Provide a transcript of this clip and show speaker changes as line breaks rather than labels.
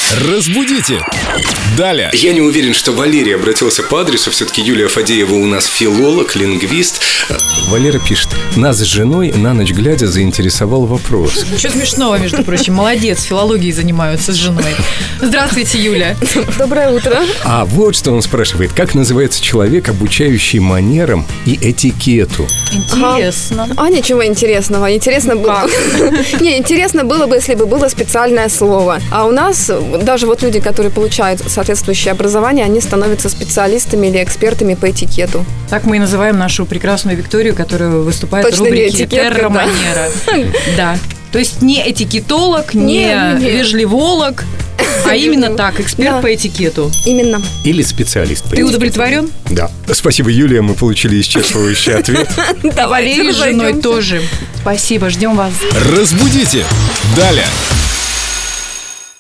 Разбудите! Далее.
Я не уверен, что Валерий обратился по адресу. Все-таки Юлия Фадеева у нас филолог, лингвист.
Валера пишет: нас с женой на ночь глядя заинтересовал вопрос.
Что смешного, между прочим. Молодец, филологией занимаются с женой. Здравствуйте, Юля.
Доброе утро.
А вот что он спрашивает: как называется человек, обучающий манерам и этикету?
Интересно.
А ничего интересного. Интересно было. Не, интересно было бы, если бы было специальное слово. А у нас даже вот люди, которые получают соответствующее образование, они становятся специалистами или экспертами по этикету.
Так мы и называем нашу прекрасную Викторию, которая выступает
Точно
в
не
рубрике
этикетка,
«Терроманера». Да. То есть не этикетолог, не вежливолог, а именно так, эксперт по этикету.
Именно.
Или специалист по
Ты
этикету.
удовлетворен?
Да. Спасибо, Юлия, мы получили исчерпывающий ответ.
Валерий с женой тоже. Спасибо, ждем вас.
Разбудите! Далее.